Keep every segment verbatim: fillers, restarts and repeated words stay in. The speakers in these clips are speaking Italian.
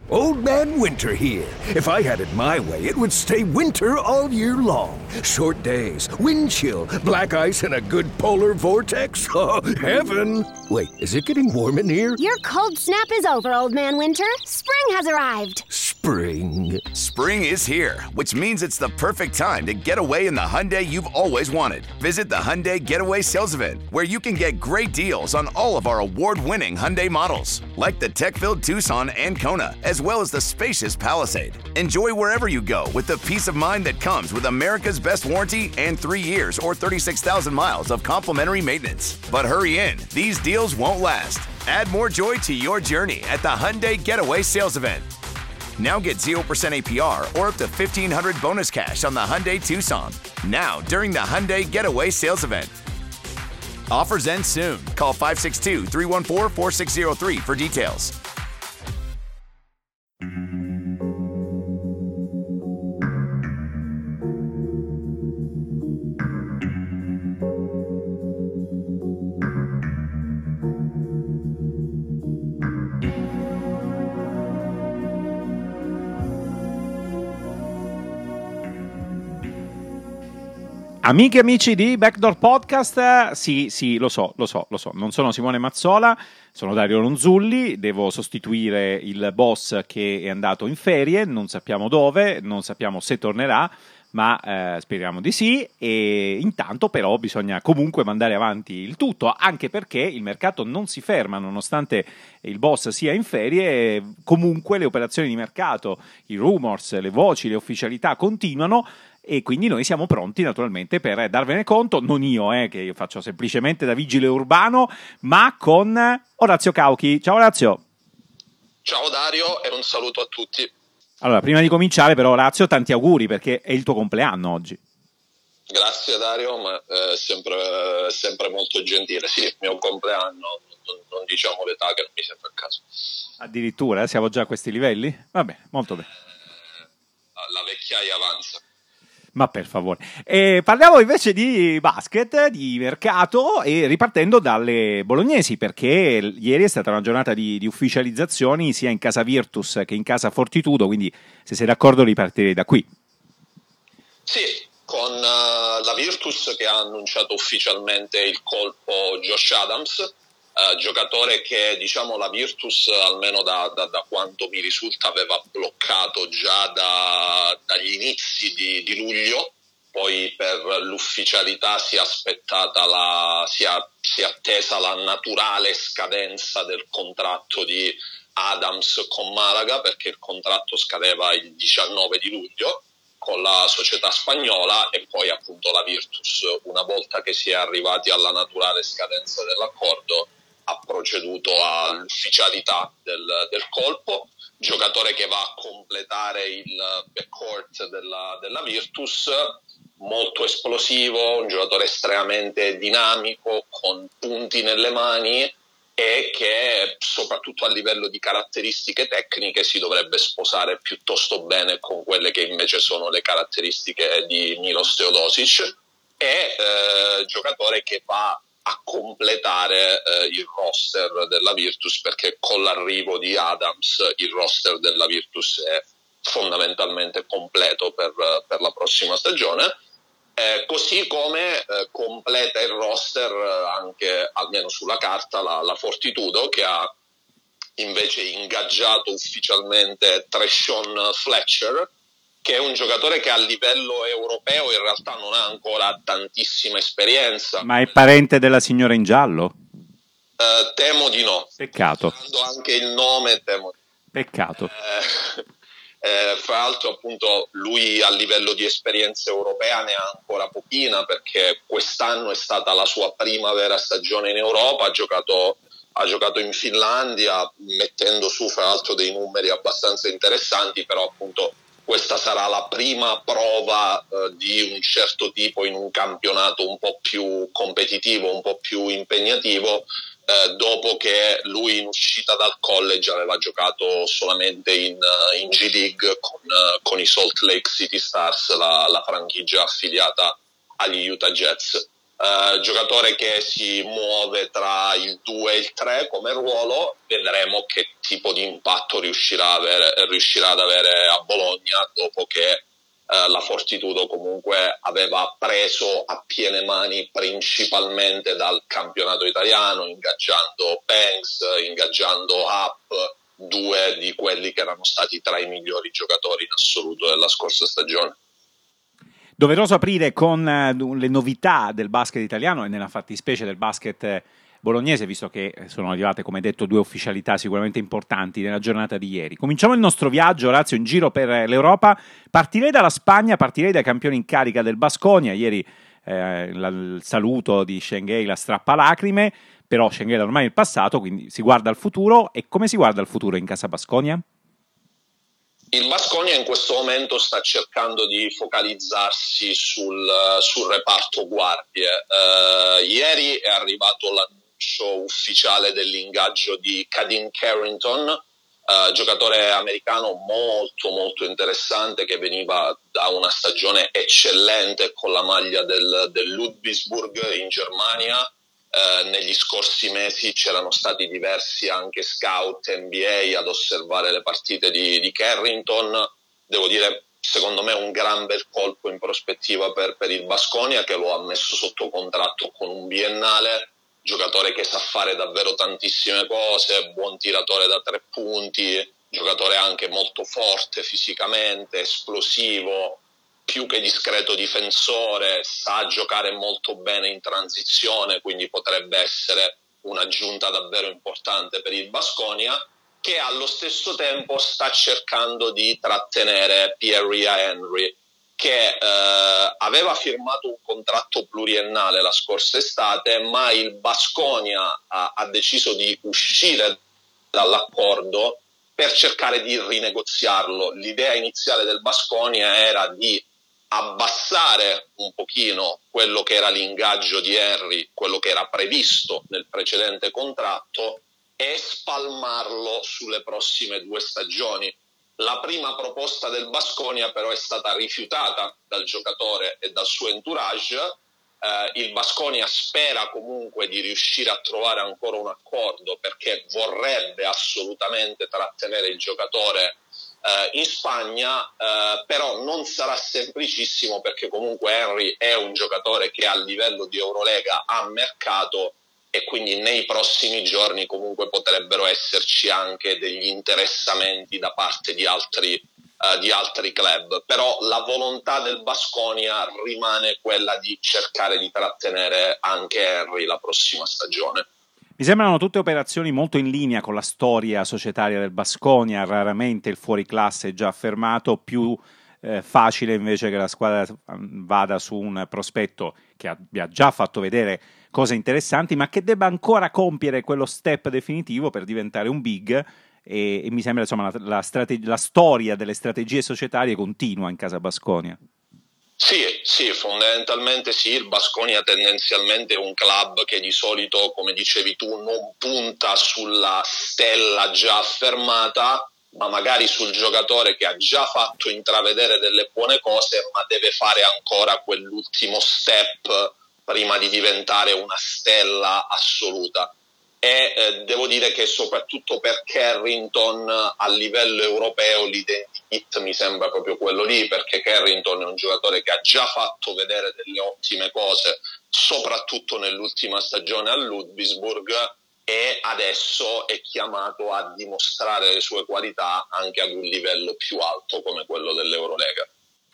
Old Man Winter here. If I had it my way, it would stay winter all year long. Short days, wind chill, black ice, and a good polar vortex. Oh, heaven! Wait, is it getting warm in here? Your cold snap is over, Old Man Winter. Spring has arrived. Spring. Spring is here, which means it's the perfect time to get away in the Hyundai you've always wanted. Visit the Hyundai Getaway Sales Event, where you can get great deals on all of our award-winning Hyundai models, like the tech-filled Tucson and Kona, as well as the spacious Palisade. Enjoy wherever you go with the peace of mind that comes with America's best warranty and three years or thirty-six thousand miles of complimentary maintenance. But hurry in, these deals won't last. Add more joy to your journey at the Hyundai Getaway Sales Event. Now get zero percent A P R or up to fifteen hundred dollars bonus cash on the Hyundai Tucson. Now, during the Hyundai Getaway Sales Event. Offers end soon. Call five six two, three one four, four six zero three for details. Amiche e amici di Backdoor Podcast, sì, sì, lo so, lo so, lo so, non sono Simone Mazzola, sono Dario Ronzulli, devo sostituire il boss che è andato in ferie, non sappiamo dove, non sappiamo se tornerà, ma eh, speriamo di sì, e intanto però bisogna comunque mandare avanti il tutto, anche perché il mercato non si ferma, nonostante il boss sia in ferie, comunque le operazioni di mercato, i rumors, le voci, le ufficialità continuano. E quindi noi siamo pronti naturalmente per darvene conto, non io, eh, che io faccio semplicemente da vigile urbano, ma con Orazio Cauchi. Ciao Orazio. Ciao Dario e un saluto a tutti. Allora, prima di cominciare però Orazio, tanti auguri perché è il tuo compleanno oggi. Grazie Dario, ma è eh, sempre, sempre molto gentile. Sì, il mio compleanno, non, non diciamo l'età che non mi sembra il caso. Addirittura, eh, siamo già a questi livelli? Va bene, molto bene. Eh, la vecchiaia avanza. Ma per favore. E parliamo invece di basket, di mercato, e ripartendo dalle bolognesi, perché ieri è stata una giornata di, di ufficializzazioni sia in casa Virtus che in casa Fortitudo, quindi se sei d'accordo ripartirei da qui. Sì, con uh, la Virtus che ha annunciato ufficialmente il colpo Josh Adams, Uh, giocatore che diciamo la Virtus almeno da, da, da quanto mi risulta aveva bloccato già da, dagli inizi di, di luglio, poi per l'ufficialità si è aspettata la, si è, si è attesa la naturale scadenza del contratto di Adams con Malaga, perché il contratto scadeva il diciannove di luglio con la società spagnola, e poi appunto la Virtus, una volta che si è arrivati alla naturale scadenza dell'accordo, ha proceduto all'ufficialità del, del colpo. Giocatore che va a completare il backcourt della, della Virtus, molto esplosivo, un giocatore estremamente dinamico, con punti nelle mani, e che soprattutto a livello di caratteristiche tecniche si dovrebbe sposare piuttosto bene con quelle che invece sono le caratteristiche di Milos Teodosic. È eh, giocatore che va a completare eh, il roster della Virtus, perché con l'arrivo di Adams il roster della Virtus è fondamentalmente completo per, per la prossima stagione, eh, così come eh, completa il roster anche, almeno sulla carta, la, la Fortitudo, che ha invece ingaggiato ufficialmente Treshaun Fletcher, che è un giocatore che a livello europeo in realtà non ha ancora tantissima esperienza. Ma è parente della signora in giallo? Uh, temo di no. Peccato. Dando anche il nome, temo di no. Peccato. Eh, eh, fra l'altro appunto lui a livello di esperienza europea ne ha ancora pochina, perché quest'anno è stata la sua prima vera stagione in Europa, ha giocato, ha giocato in Finlandia, mettendo su fra l'altro dei numeri abbastanza interessanti, però appunto questa sarà la prima prova eh, di un certo tipo in un campionato un po' più competitivo, un po' più impegnativo, eh, dopo che lui in uscita dal college aveva giocato solamente in, in G League con, con i Salt Lake City Stars, la, la franchigia affiliata agli Utah Jazz. Uh, giocatore che si muove tra il due e il tre come ruolo. Vedremo che tipo di impatto riuscirà, a avere, riuscirà ad avere a Bologna, dopo che uh, la Fortitudo comunque aveva preso a piene mani principalmente dal campionato italiano, ingaggiando Banks, ingaggiando Happ, due di quelli che erano stati tra i migliori giocatori in assoluto della scorsa stagione. Doveroso aprire con uh, le novità del basket italiano e nella fattispecie del basket bolognese, visto che sono arrivate, come detto, due ufficialità sicuramente importanti nella giornata di ieri. Cominciamo il nostro viaggio, Orazio, in giro per l'Europa. Partirei dalla Spagna, partirei dai campioni in carica del Baskonia. Ieri eh, la, il saluto di Shanghai, la strappalacrime, però Shanghai ormai è il passato, quindi si guarda al futuro. E come si guarda al futuro in casa Baskonia? Il Baskonia in questo momento sta cercando di focalizzarsi sul, sul reparto guardie. Uh, ieri è arrivato l'annuncio ufficiale dell'ingaggio di Kadeem Carrington, uh, giocatore americano molto molto interessante che veniva da una stagione eccellente con la maglia del, del Ludwigsburg in Germania. Uh, negli scorsi mesi c'erano stati diversi anche scout N B A ad osservare le partite di, di Carrington. Devo dire, secondo me un gran bel colpo in prospettiva per, per il Baskonia, che lo ha messo sotto contratto con un biennale, giocatore che sa fare davvero tantissime cose, buon tiratore da tre punti, giocatore anche molto forte fisicamente, esplosivo, più che discreto difensore, sa giocare molto bene in transizione, quindi potrebbe essere un'aggiunta davvero importante per il Baskonia, che allo stesso tempo sta cercando di trattenere Pierre Henry, che eh, aveva firmato un contratto pluriennale la scorsa estate, ma il Baskonia ha, ha deciso di uscire dall'accordo per cercare di rinegoziarlo. L'idea iniziale del Baskonia era di abbassare un pochino quello che era l'ingaggio di Henry, quello che era previsto nel precedente contratto, e spalmarlo sulle prossime due stagioni. La prima proposta del Baskonia però è stata rifiutata dal giocatore e dal suo entourage. Eh, il Baskonia spera comunque di riuscire a trovare ancora un accordo, perché vorrebbe assolutamente trattenere il giocatore in Spagna, eh, però non sarà semplicissimo, perché comunque Henry è un giocatore che a livello di Eurolega ha mercato, e quindi nei prossimi giorni comunque potrebbero esserci anche degli interessamenti da parte di altri, eh, di altri club. Però la volontà del Baskonia rimane quella di cercare di trattenere anche Henry la prossima stagione. Mi sembrano tutte operazioni molto in linea con la storia societaria del Baskonia. Raramente il fuoriclasse è già affermato, più eh, facile invece che la squadra vada su un prospetto che abbia già fatto vedere cose interessanti, ma che debba ancora compiere quello step definitivo per diventare un big, e, e mi sembra, insomma, la, la, strate- la storia delle strategie societarie continua in casa Baskonia. Sì, sì, fondamentalmente sì. Il Baskonia tendenzialmente è un club che di solito, come dicevi tu, non punta sulla stella già affermata, ma magari sul giocatore che ha già fatto intravedere delle buone cose, ma deve fare ancora quell'ultimo step prima di diventare una stella assoluta. E eh, devo dire che soprattutto per Carrington a livello europeo l'identikit mi sembra proprio quello lì, perché Carrington è un giocatore che ha già fatto vedere delle ottime cose, soprattutto nell'ultima stagione a Ludwigsburg, e adesso è chiamato a dimostrare le sue qualità anche ad un livello più alto come quello dell'Eurolega.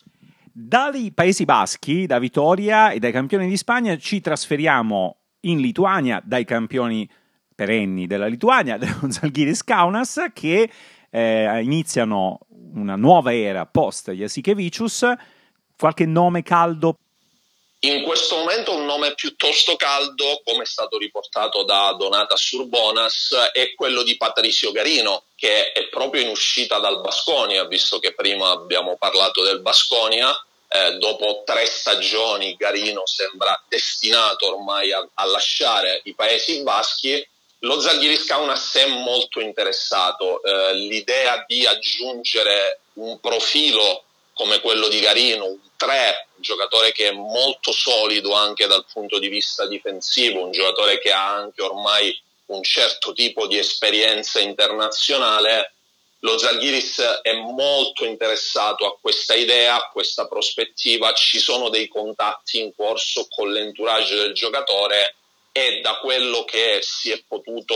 Dai Paesi Baschi, da Vitoria e dai campioni di Spagna, ci trasferiamo in Lituania, dai campioni perenni della Lituania, dello Žalgiris Kaunas, che eh, iniziano una nuova era post Jasikevičius. Qualche nome caldo? In questo momento un nome piuttosto caldo, come è stato riportato da Donatas Urbonas, è quello di Patricio Garino, che è proprio in uscita dal Baskonia, visto che prima abbiamo parlato del Baskonia. Eh, dopo tre stagioni Garino sembra destinato ormai a, a lasciare i Paesi Baschi. Lo Žalgiris Kaunas è molto interessato. Eh, l'idea di aggiungere un profilo come quello di Garino, un tre, un giocatore che è molto solido anche dal punto di vista difensivo, un giocatore che ha anche ormai un certo tipo di esperienza internazionale, lo Zalgiris è molto interessato a questa idea, a questa prospettiva. Ci sono dei contatti in corso con l'entourage del giocatore e da quello che si è potuto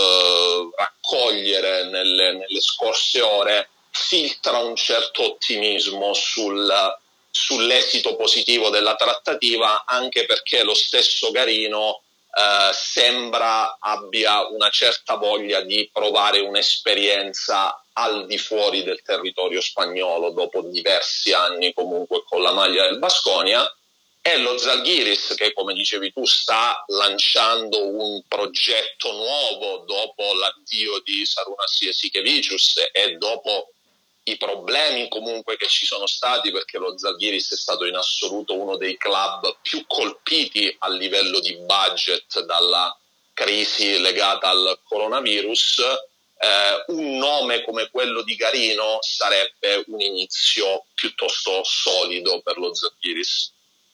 eh, raccogliere nelle, nelle scorse ore filtra un certo ottimismo sul, sull'esito positivo della trattativa, anche perché lo stesso Garino Uh, sembra abbia una certa voglia di provare un'esperienza al di fuori del territorio spagnolo dopo diversi anni comunque con la maglia del Baskonia, e lo Zalgiris che, come dicevi tu, sta lanciando un progetto nuovo dopo l'addio di Šarūnas Jasikevičius e dopo i problemi comunque che ci sono stati, perché lo Zalgiris è stato in assoluto uno dei club più colpiti a livello di budget dalla crisi legata al coronavirus. Eh, un nome come quello di Garino sarebbe un inizio piuttosto solido per lo Zalgiris.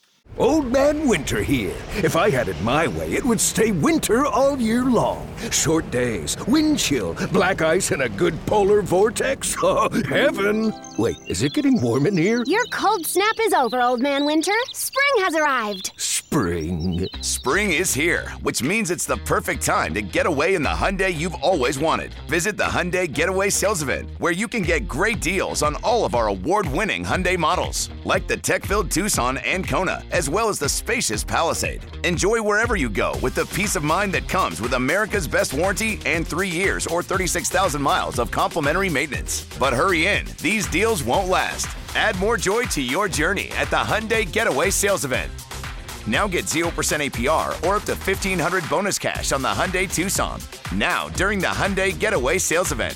Old Man Winter here. If I had it my way, it would stay winter all year long. Short days, wind chill, black ice, and a good polar vortex. Oh, heaven! Wait, is it getting warm in here? Your cold snap is over, Old Man Winter. Spring has arrived. Spring. Spring is here, which means it's the perfect time to get away in the Hyundai you've always wanted. Visit the Hyundai Getaway Sales Event, where you can get great deals on all of our award-winning Hyundai models, like the tech-filled Tucson and Kona, as well as the spacious Palisade. Enjoy wherever you go with the peace of mind that comes with America's best warranty and three years or thirty-six thousand miles of complimentary maintenance. But hurry in, these deals won't last. Add more joy to your journey at the Hyundai Getaway Sales Event. Now get zero percent A P R or up to fifteen hundred dollars bonus cash on the Hyundai Tucson. Now, during the Hyundai Getaway Sales Event.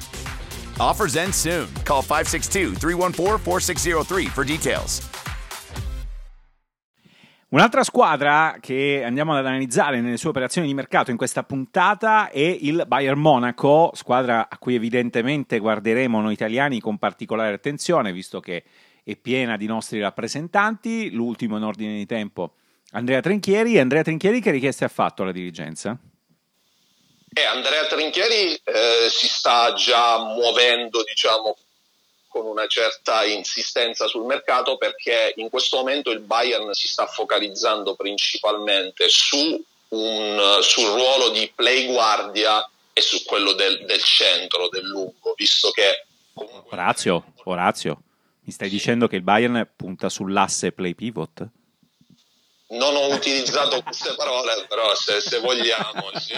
Offers end soon. Call five six two, three one four, four six zero three for details. Un'altra squadra che andiamo ad analizzare nelle sue operazioni di mercato in questa puntata è il Bayern Monaco, squadra a cui evidentemente guarderemo noi italiani con particolare attenzione, visto che è piena di nostri rappresentanti. L'ultimo in ordine di tempo, Andrea Trinchieri. Andrea Trinchieri, che richieste ha fatto alla dirigenza? Eh, Andrea Trinchieri eh, si sta già muovendo, diciamo, con una certa insistenza sul mercato, perché in questo momento il Bayern si sta focalizzando principalmente su un, sul ruolo di play guardia e su quello del, del centro, del lungo, visto che comunque... Orazio, Orazio, mi stai dicendo che il Bayern punta sull'asse play pivot? Non ho utilizzato queste parole, però se, se vogliamo, sì.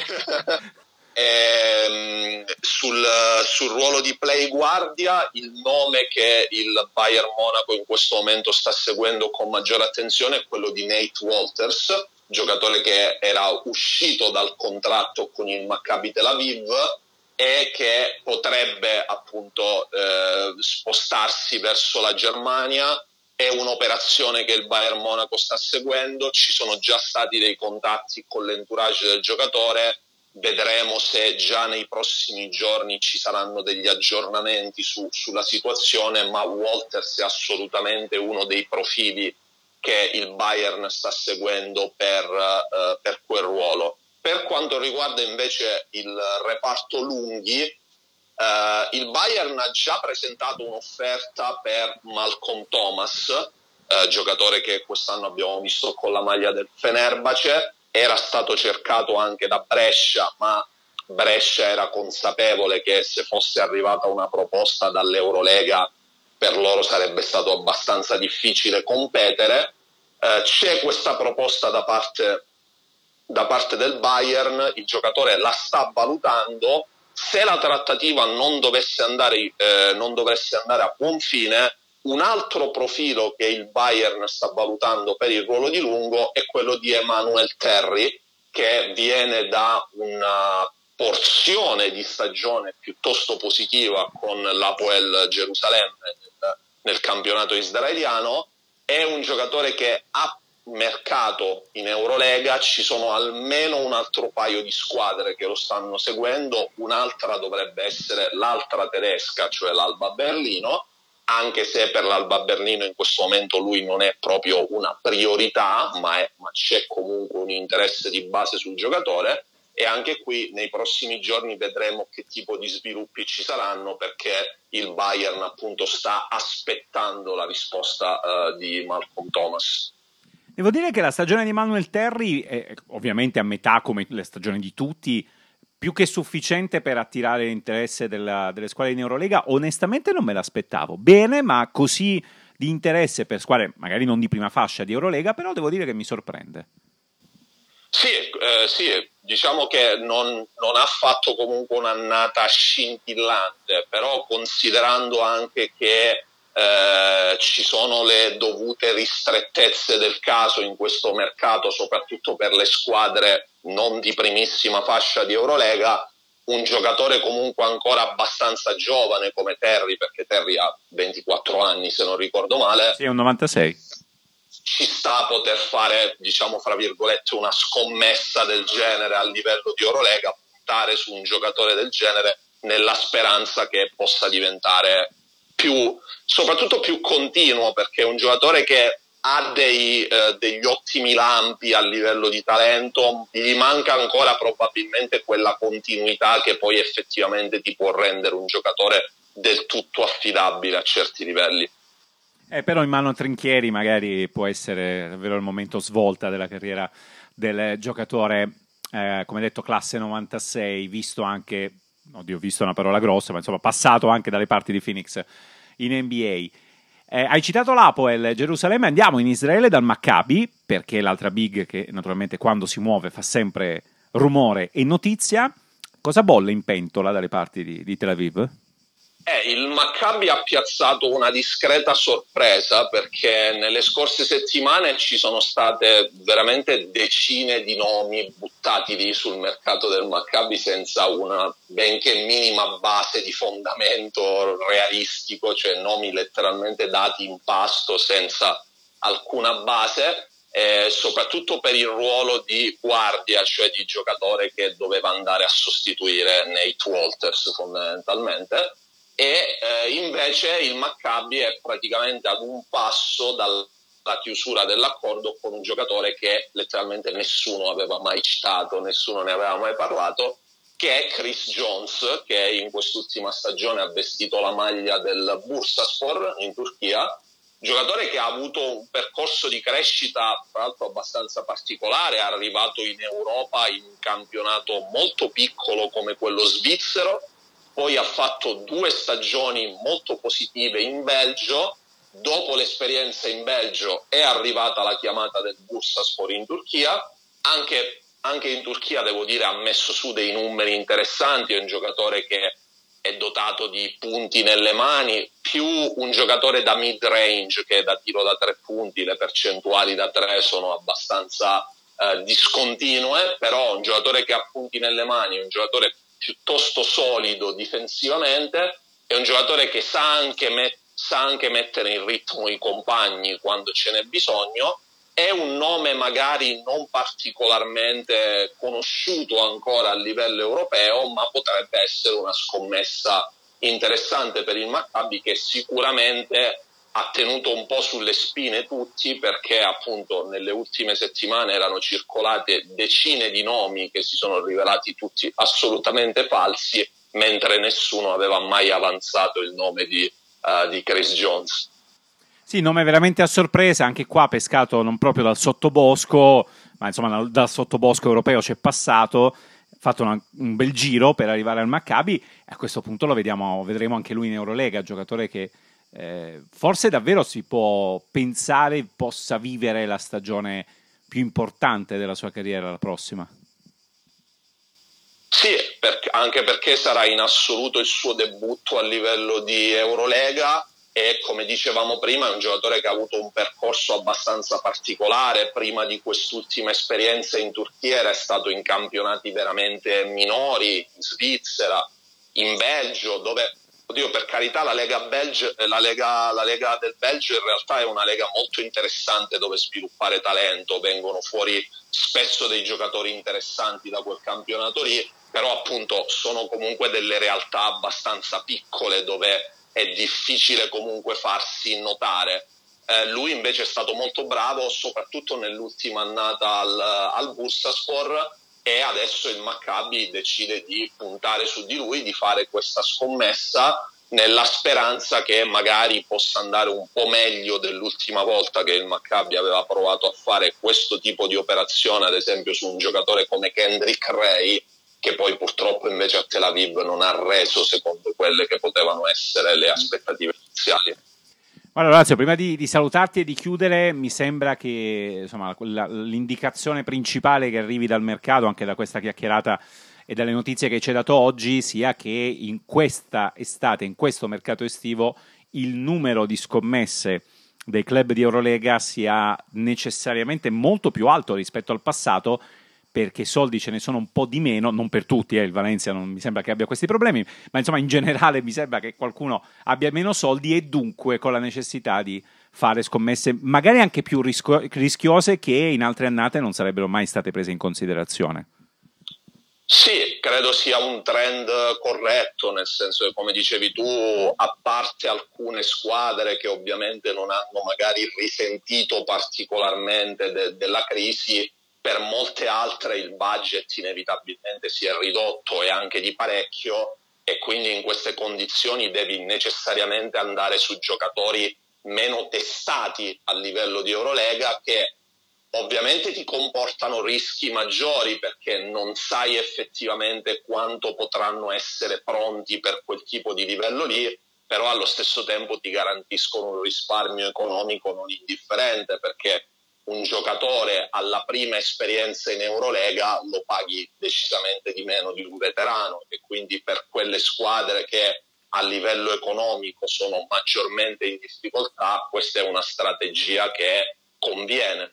E, sul, sul ruolo di play guardia, il nome che il Bayern Monaco in questo momento sta seguendo con maggiore attenzione è quello di Nate Walters, giocatore che era uscito dal contratto con il Maccabi Tel Aviv e che potrebbe appunto eh, spostarsi verso la Germania. È un'operazione che il Bayern Monaco sta seguendo, ci sono già stati dei contatti con l'entourage del giocatore. Vedremo se già nei prossimi giorni ci saranno degli aggiornamenti su, sulla situazione, ma Walters è assolutamente uno dei profili che il Bayern sta seguendo per, uh, per quel ruolo. Per quanto riguarda invece il reparto lunghi, uh, il Bayern ha già presentato un'offerta per Malcolm Thomas, uh, giocatore che quest'anno abbiamo visto con la maglia del Fenerbahce. Era stato cercato anche da Brescia, ma Brescia era consapevole che se fosse arrivata una proposta dall'Eurolega per loro sarebbe stato abbastanza difficile competere. Eh, c'è questa proposta da parte, da parte del Bayern, il giocatore la sta valutando. Se la trattativa non dovesse andare, eh, non dovesse andare a buon fine, un altro profilo che il Bayern sta valutando per il ruolo di lungo è quello di Emmanuel Terry, che viene da una porzione di stagione piuttosto positiva con l'Hapoel Gerusalemme nel, nel campionato israeliano. È un giocatore che ha mercato in Eurolega, ci sono almeno un altro paio di squadre che lo stanno seguendo, un'altra dovrebbe essere l'altra tedesca, cioè l'Alba Berlino. anche se per l'Alba Berlino in questo momento lui non è proprio una priorità, ma, è, ma c'è comunque un interesse di base sul giocatore. E anche qui nei prossimi giorni vedremo che tipo di sviluppi ci saranno, perché il Bayern appunto sta aspettando la risposta uh, di Malcolm Thomas. Devo dire che la stagione di Manuel Terry è ovviamente a metà, come le stagioni di tutti, più che sufficiente per attirare l'interesse della, delle squadre in Eurolega. Onestamente non me l'aspettavo bene, ma così di interesse per squadre magari non di prima fascia di Eurolega, però devo dire che mi sorprende. Sì, eh, sì, diciamo che non, non ha fatto comunque un'annata scintillante, però considerando anche che eh, ci sono le dovute ristrettezze del caso in questo mercato, soprattutto per le squadre non di primissima fascia di Eurolega, un giocatore comunque ancora abbastanza giovane come Terry, perché Terry ha ventiquattro anni se non ricordo male. Sì, è un novantasei. Ci sta a poter fare, diciamo, fra virgolette, una scommessa del genere a livello di Eurolega, puntare su un giocatore del genere nella speranza che possa diventare più, soprattutto più continuo, perché è un giocatore che ha dei, eh, degli ottimi lampi a livello di talento, gli manca ancora probabilmente quella continuità che poi effettivamente ti può rendere un giocatore del tutto affidabile a certi livelli. Eh, però in mano a Trinchieri magari può essere davvero il momento svolta della carriera del giocatore, eh, come detto classe novantasei, visto anche, oddio visto è una parola grossa, ma insomma passato anche dalle parti di Phoenix in N B A. Eh, hai citato l'Apoel Gerusalemme, andiamo in Israele dal Maccabi, perché è l'altra big che naturalmente quando si muove fa sempre rumore e notizia. Cosa bolle in pentola dalle parti di, di Tel Aviv? Eh, il Maccabi ha piazzato una discreta sorpresa, perché nelle scorse settimane ci sono state veramente decine di nomi buttati lì sul mercato del Maccabi senza una benché minima base di fondamento realistico, cioè nomi letteralmente dati in pasto senza alcuna base, eh, soprattutto per il ruolo di guardia, cioè di giocatore che doveva andare a sostituire Nate Walters fondamentalmente. E eh, invece il Maccabi è praticamente ad un passo dalla chiusura dell'accordo con un giocatore che letteralmente nessuno aveva mai citato, nessuno ne aveva mai parlato, che è Chris Jones, che in quest'ultima stagione ha vestito la maglia del Bursaspor in Turchia, giocatore che ha avuto un percorso di crescita tra l'altro abbastanza particolare, è arrivato in Europa in un campionato molto piccolo come quello svizzero, poi ha fatto due stagioni molto positive in Belgio. Dopo l'esperienza in Belgio è arrivata la chiamata del Bursaspor in Turchia. Anche, anche in Turchia, devo dire, ha messo su dei numeri interessanti. È un giocatore che è dotato di punti nelle mani, più un giocatore da mid-range che da tiro da tre punti. Le percentuali da tre sono abbastanza eh, discontinue, però un giocatore che ha punti nelle mani, un giocatore piuttosto solido difensivamente, è un giocatore che sa anche, met- sa anche mettere in ritmo i compagni quando ce n'è bisogno, è un nome magari non particolarmente conosciuto ancora a livello europeo, ma potrebbe essere una scommessa interessante per il Maccabi, che sicuramente ha tenuto un po' sulle spine tutti, perché appunto nelle ultime settimane erano circolate decine di nomi che si sono rivelati tutti assolutamente falsi, mentre nessuno aveva mai avanzato il nome di, uh, di Chris Jones. Sì, nome veramente a sorpresa, anche qua pescato non proprio dal sottobosco, ma insomma dal sottobosco europeo c'è passato, ha fatto una, un bel giro per arrivare al Maccabi, e a questo punto lo vediamo, vedremo anche lui in Eurolega, giocatore che Eh, forse davvero si può pensare possa vivere la stagione più importante della sua carriera la prossima. Sì, per, anche perché sarà in assoluto il suo debutto a livello di Eurolega e, come dicevamo prima, è un giocatore che ha avuto un percorso abbastanza particolare. Prima di quest'ultima esperienza in Turchia era stato in campionati veramente minori, in Svizzera, in Belgio, dove Oddio, per carità, la Lega, Belgio, la, Lega, la Lega del Belgio in realtà è una lega molto interessante dove sviluppare talento, vengono fuori spesso dei giocatori interessanti da quel campionato lì, però appunto sono comunque delle realtà abbastanza piccole dove è difficile comunque farsi notare. Eh, lui invece è stato molto bravo, soprattutto nell'ultima annata al, al Bursaspor, e adesso il Maccabi decide di puntare su di lui, di fare questa scommessa nella speranza che magari possa andare un po' meglio dell'ultima volta che il Maccabi aveva provato a fare questo tipo di operazione, ad esempio su un giocatore come Kendrick Ray, che poi purtroppo invece a Tel Aviv non ha reso secondo quelle che potevano essere le aspettative iniziali. Allora, Orazio, prima di, di salutarti e di chiudere, mi sembra che insomma, la, l'indicazione principale che arrivi dal mercato, anche da questa chiacchierata e dalle notizie che ci hai dato oggi, sia che in questa estate, in questo mercato estivo, il numero di scommesse dei club di Eurolega sia necessariamente molto più alto rispetto al passato, perché soldi ce ne sono un po' di meno, non per tutti, eh, il Valencia non mi sembra che abbia questi problemi, ma insomma in generale mi sembra che qualcuno abbia meno soldi e dunque con la necessità di fare scommesse magari anche più risco- rischiose che in altre annate non sarebbero mai state prese in considerazione. Sì, credo sia un trend corretto, nel senso che, come dicevi tu, a parte alcune squadre che ovviamente non hanno magari risentito particolarmente de- della crisi, per molte altre il budget inevitabilmente si è ridotto e anche di parecchio, e quindi in queste condizioni devi necessariamente andare su giocatori meno testati a livello di Eurolega, che ovviamente ti comportano rischi maggiori perché non sai effettivamente quanto potranno essere pronti per quel tipo di livello lì, però allo stesso tempo ti garantiscono un risparmio economico non indifferente, perché un giocatore alla prima esperienza in Eurolega lo paghi decisamente di meno di un veterano, e quindi per quelle squadre che a livello economico sono maggiormente in difficoltà questa è una strategia che conviene.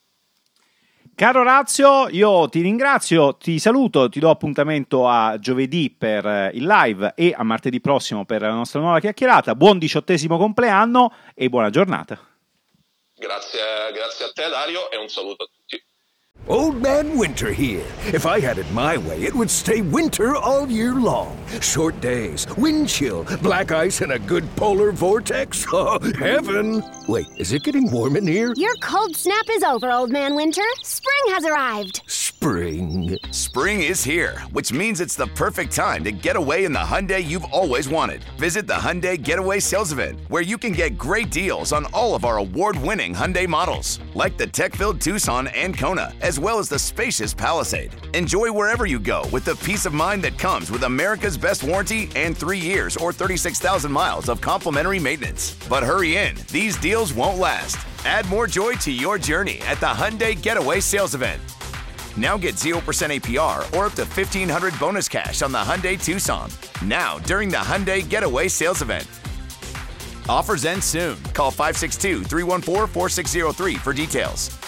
Caro Orazio, io ti ringrazio, ti saluto, ti do appuntamento a giovedì per il live e a martedì prossimo per la nostra nuova chiacchierata. Buon diciottesimo compleanno e buona giornata. Grazie, grazie a te Dario e un saluto a tutti. Old Man Winter here. If I had it my way, it would stay winter all year long. Short days, wind chill, black ice, and a good polar vortex. Oh, heaven! Wait, is it getting warm in here? Your cold snap is over, Old Man Winter. Spring has arrived. Spring. Spring is here, which means it's the perfect time to get away in the Hyundai you've always wanted. Visit the Hyundai Getaway Sales Event, where you can get great deals on all of our award-winning Hyundai models, like the tech-filled Tucson and Kona, as well as the spacious Palisade. Enjoy wherever you go with the peace of mind that comes with America's best warranty and three years or thirty-six thousand miles of complimentary maintenance. But hurry in, these deals won't last. Add more joy to your journey at the Hyundai Getaway Sales Event. Now get zero percent A P R or up to fifteen hundred dollars bonus cash on the Hyundai Tucson. Now, during the Hyundai Getaway Sales Event. Offers end soon. Call five six two, three one four, four six zero three for details.